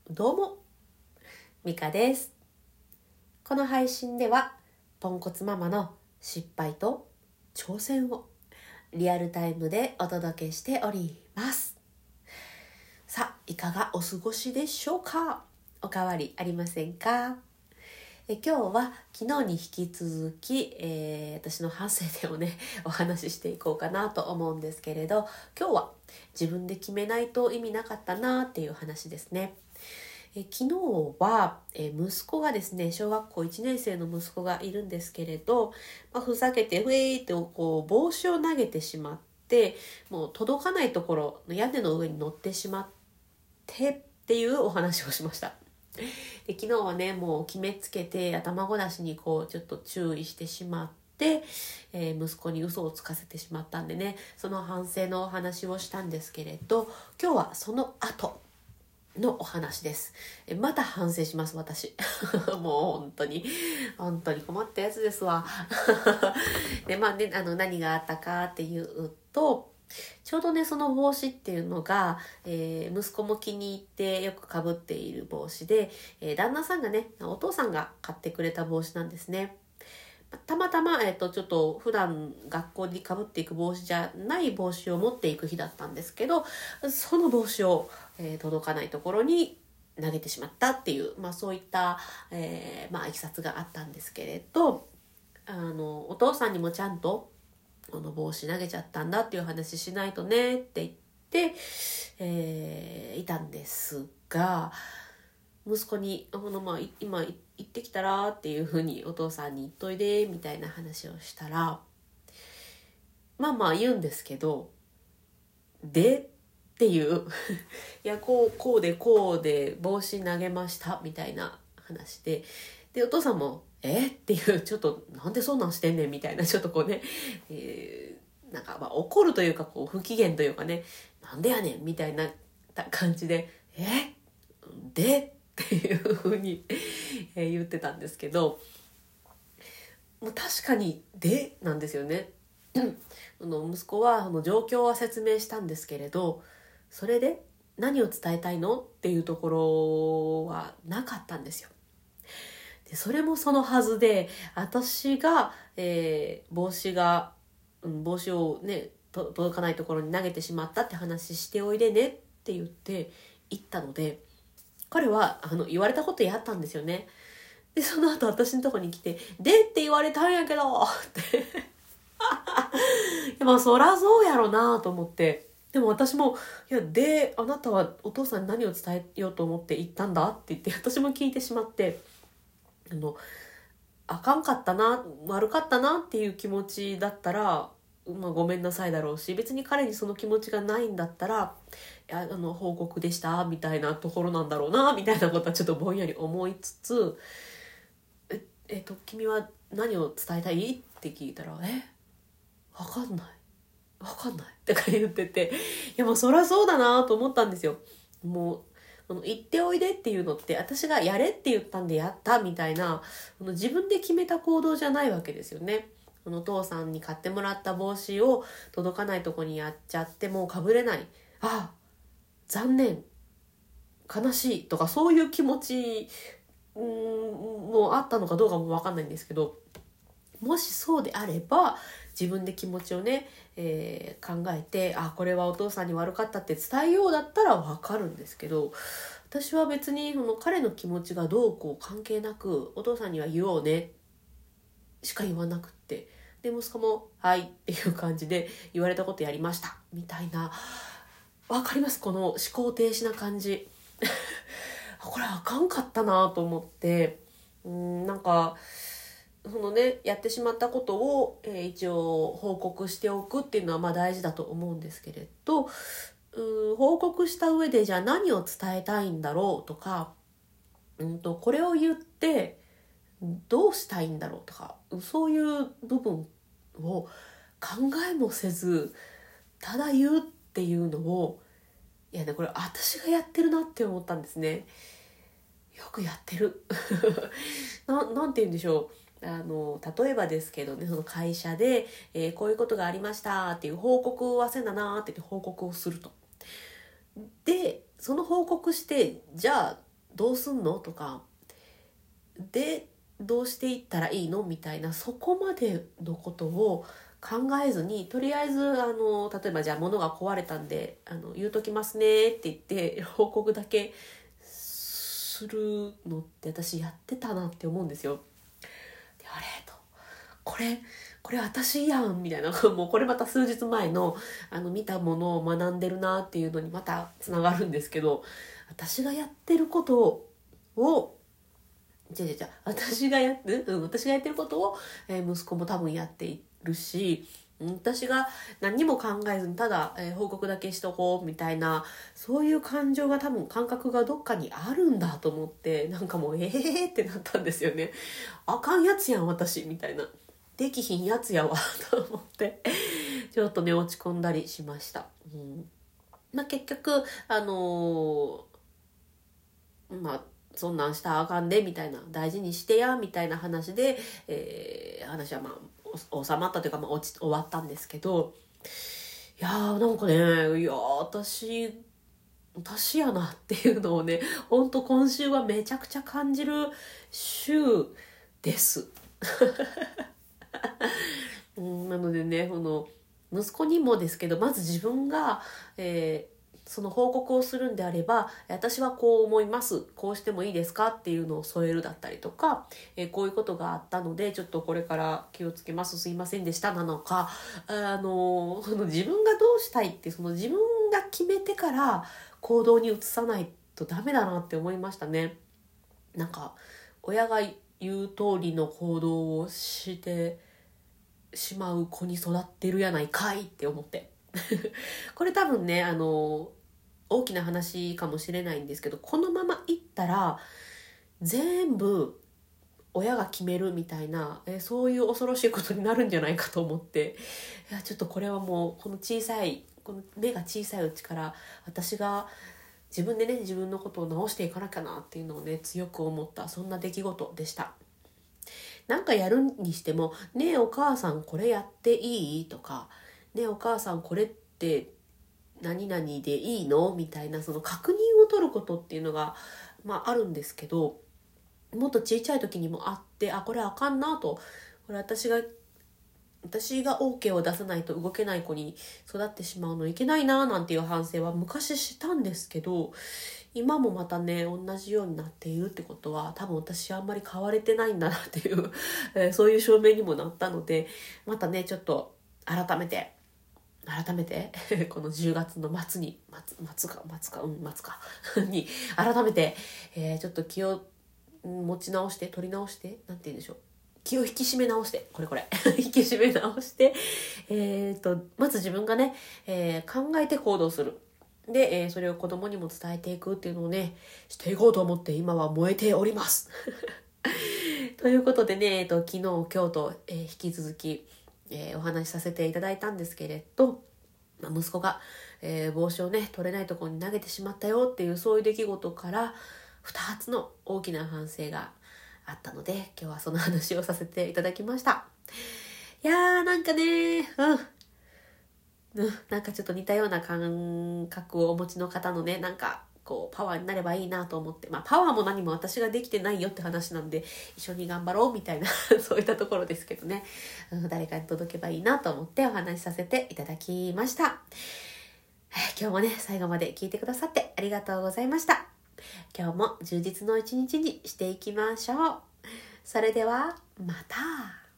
どうも、ミカです。この配信ではポンコツママの失敗と挑戦をリアルタイムでお届けしております。さあ、いかがお過ごしでしょうか？お変わりありませんか？今日は昨日に引き続き、私の反省点をねお話ししていこうかなと思うんですけれど、今日は自分で決めないと意味なかったなっていう話ですね。昨日は、息子がですね、小学校1年生の息子がいるんですけれど、ふざけてふえーってこう帽子を投げてしまって、もう届かないところの屋根の上に乗ってしまってっていうお話をしました。で、昨日はね、もう決めつけて頭ごなしにこうちょっと注意してしまって、息子に嘘をつかせてしまったんでね、その反省のお話をしたんですけれど、今日はその後のお話です。また反省します、私。もう本当に困ったやつですわ。で、何があったかっていうと、ちょうどね、その帽子っていうのが、息子も気に入ってよくかぶっている帽子で、旦那さんがね、お父さんが買ってくれた帽子なんですね。たまたま、ちょっと普段学校にかぶっていく帽子じゃない帽子を持っていく日だったんですけど、その帽子を、届かないところに投げてしまったっていう、そういった、いきさつがあったんですけれど、お父さんにもちゃんとこの帽子投げちゃったんだっていう話しないとねって言って、いたんですが、息子に今行ってきたらっていう風にお父さんに言っといでみたいな話をしたら、言うんですけど、でっていういやこうで帽子投げましたみたいな話で、お父さんもっていう、ちょっとなんでそんなんしてんねんみたいな、ちょっとこうね、怒るというかこう不機嫌というかね、なんでやねんみたいな感じででっていう風に言ってたんですけど、もう確かにでなんですよね。息子は状況は説明したんですけれど、それで何を伝えたいのっていうところはなかったんですよ。でそれもそのはずで、私が、帽子をね届かないところに投げてしまったって話しておいでねって言ったので、彼は言われたことやったんですよね。でその後私のとこに来て「でって言われたんやけど」ってそらそうやろなと思って、でも私も「いやであなたはお父さんに何を伝えようと思って言ったんだ?」って言って私も聞いてしまって、あかんかったな、悪かったなっていう気持ちだったら、ごめんなさいだろうし、別に彼にその気持ちがないんだったら、報告でしたみたいなところなんだろうなみたいなことはちょっとぼんやり思いつつ、君は何を伝えたいって聞いたら、わかんないって言ってて、いやもうそりゃそうだなと思ったんですよ。もう言っておいでっていうのって私がやれって言ったんでやったみたいな、自分で決めた行動じゃないわけですよね。お父さんに買ってもらった帽子を届かないとこにやっちゃってもうかぶれない、残念、悲しいとかそういう気持ちもあったのかどうかも分かんないんですけど、もしそうであれば自分で気持ちをね、考えて、これはお父さんに悪かったって伝えようだったら分かるんですけど、私は別に彼の気持ちがどうこう関係なく、お父さんには言おうねしか言わなくって、で息子もはいっていう感じで言われたことやりましたみたいな、分かります？この思考停止な感じこれあかんかったなと思って、やってしまったことを、一応報告しておくっていうのは大事だと思うんですけれど、報告した上でじゃあ何を伝えたいんだろうとか、これを言ってどうしたいんだろうとか、そういう部分を考えもせずただ言うっていうのを、これ私がやってるなって思ったんですね。よくやってるなんて言うんでしょう、例えばですけどね、その会社で、こういうことがありましたっていう報告はせんだなって言って報告をすると。でその報告して、じゃあどうすんのとかでどうしていったらいいのみたいな、そこまでのことを考えずに、とりあえず例えばじゃあ物が壊れたんで言うときますねって言って報告だけするのって私やってたなって思うんですよ。であれとこれ私やんみたいなもうこれまた数日前の見たものを学んでるなっていうのにまたつながるんですけど、私がやってることを私がやってることを、息子も多分やっているし、私が何にも考えずにただ、報告だけしとこうみたいな、そういう感覚がどっかにあるんだと思って、なんかもうってなったんですよね。あかんやつやん私みたいな、できひんやつやわと思ってちょっとね落ち込んだりしました。結局そんなんしたらあかんでみたいな、大事にしてやみたいな話で、話は収まったというか、終わったんですけど、いやーなんかね、私やなっていうのをね、ほんと今週はめちゃくちゃ感じる週ですなのでね、息子にもですけど、まず自分が、その報告をするんであれば、私はこう思います、こうしてもいいですかっていうのを添えるだったりとか、こういうことがあったのでちょっとこれから気をつけます、すいませんでしたなのか、その自分がどうしたいって、その自分が決めてから行動に移さないとダメだなって思いましたね。なんか親が言う通りの行動をしてしまう子に育ってるやないかいって思ってこれ多分ね大きな話かもしれないんですけど、このままいったら全部親が決めるみたいな、そういう恐ろしいことになるんじゃないかと思って、いやちょっとこれはもうこの目が小さいうちから私が自分でね自分のことを直していかなきゃなっていうのをね強く思った、そんな出来事でした。なんかやるにしても、ねえお母さんこれやっていいとか、ねえお母さんこれって何々でいいのみたいな、その確認を取ることっていうのが、あるんですけど、もっと小さい時にもあって、これあかんなと、これ私が OK を出さないと動けない子に育ってしまうのいけないななんていう反省は昔したんですけど、今もまたね同じようになっているってことは、多分私あんまり変われてないんだなっていうそういう証明にもなったので、またねちょっと改めてこの10月の末にに改めて、ちょっと気を持ち直して取り直して、なんて言うんでしょう、気を引き締め直して、引き締め直して、まず自分がね、考えて行動する。で、それを子供にも伝えていくっていうのをねしていこうと思って今は燃えておりますということでね、昨日今日と、引き続き、お話しさせていただいたんですけれど、息子が、帽子をね取れないところに投げてしまったよっていう、そういう出来事から2つの大きな反省があったので、今日はその話をさせていただきました。いやーなんかねなんかちょっと似たような感覚をお持ちの方のね、なんかこうパワーになればいいなと思って、パワーも何も私ができてないよって話なんで、一緒に頑張ろうみたいなそういったところですけどね、誰かに届けばいいなと思ってお話しさせていただきました。今日もね最後まで聞いてくださってありがとうございました。今日も充実の一日にしていきましょう。それではまた。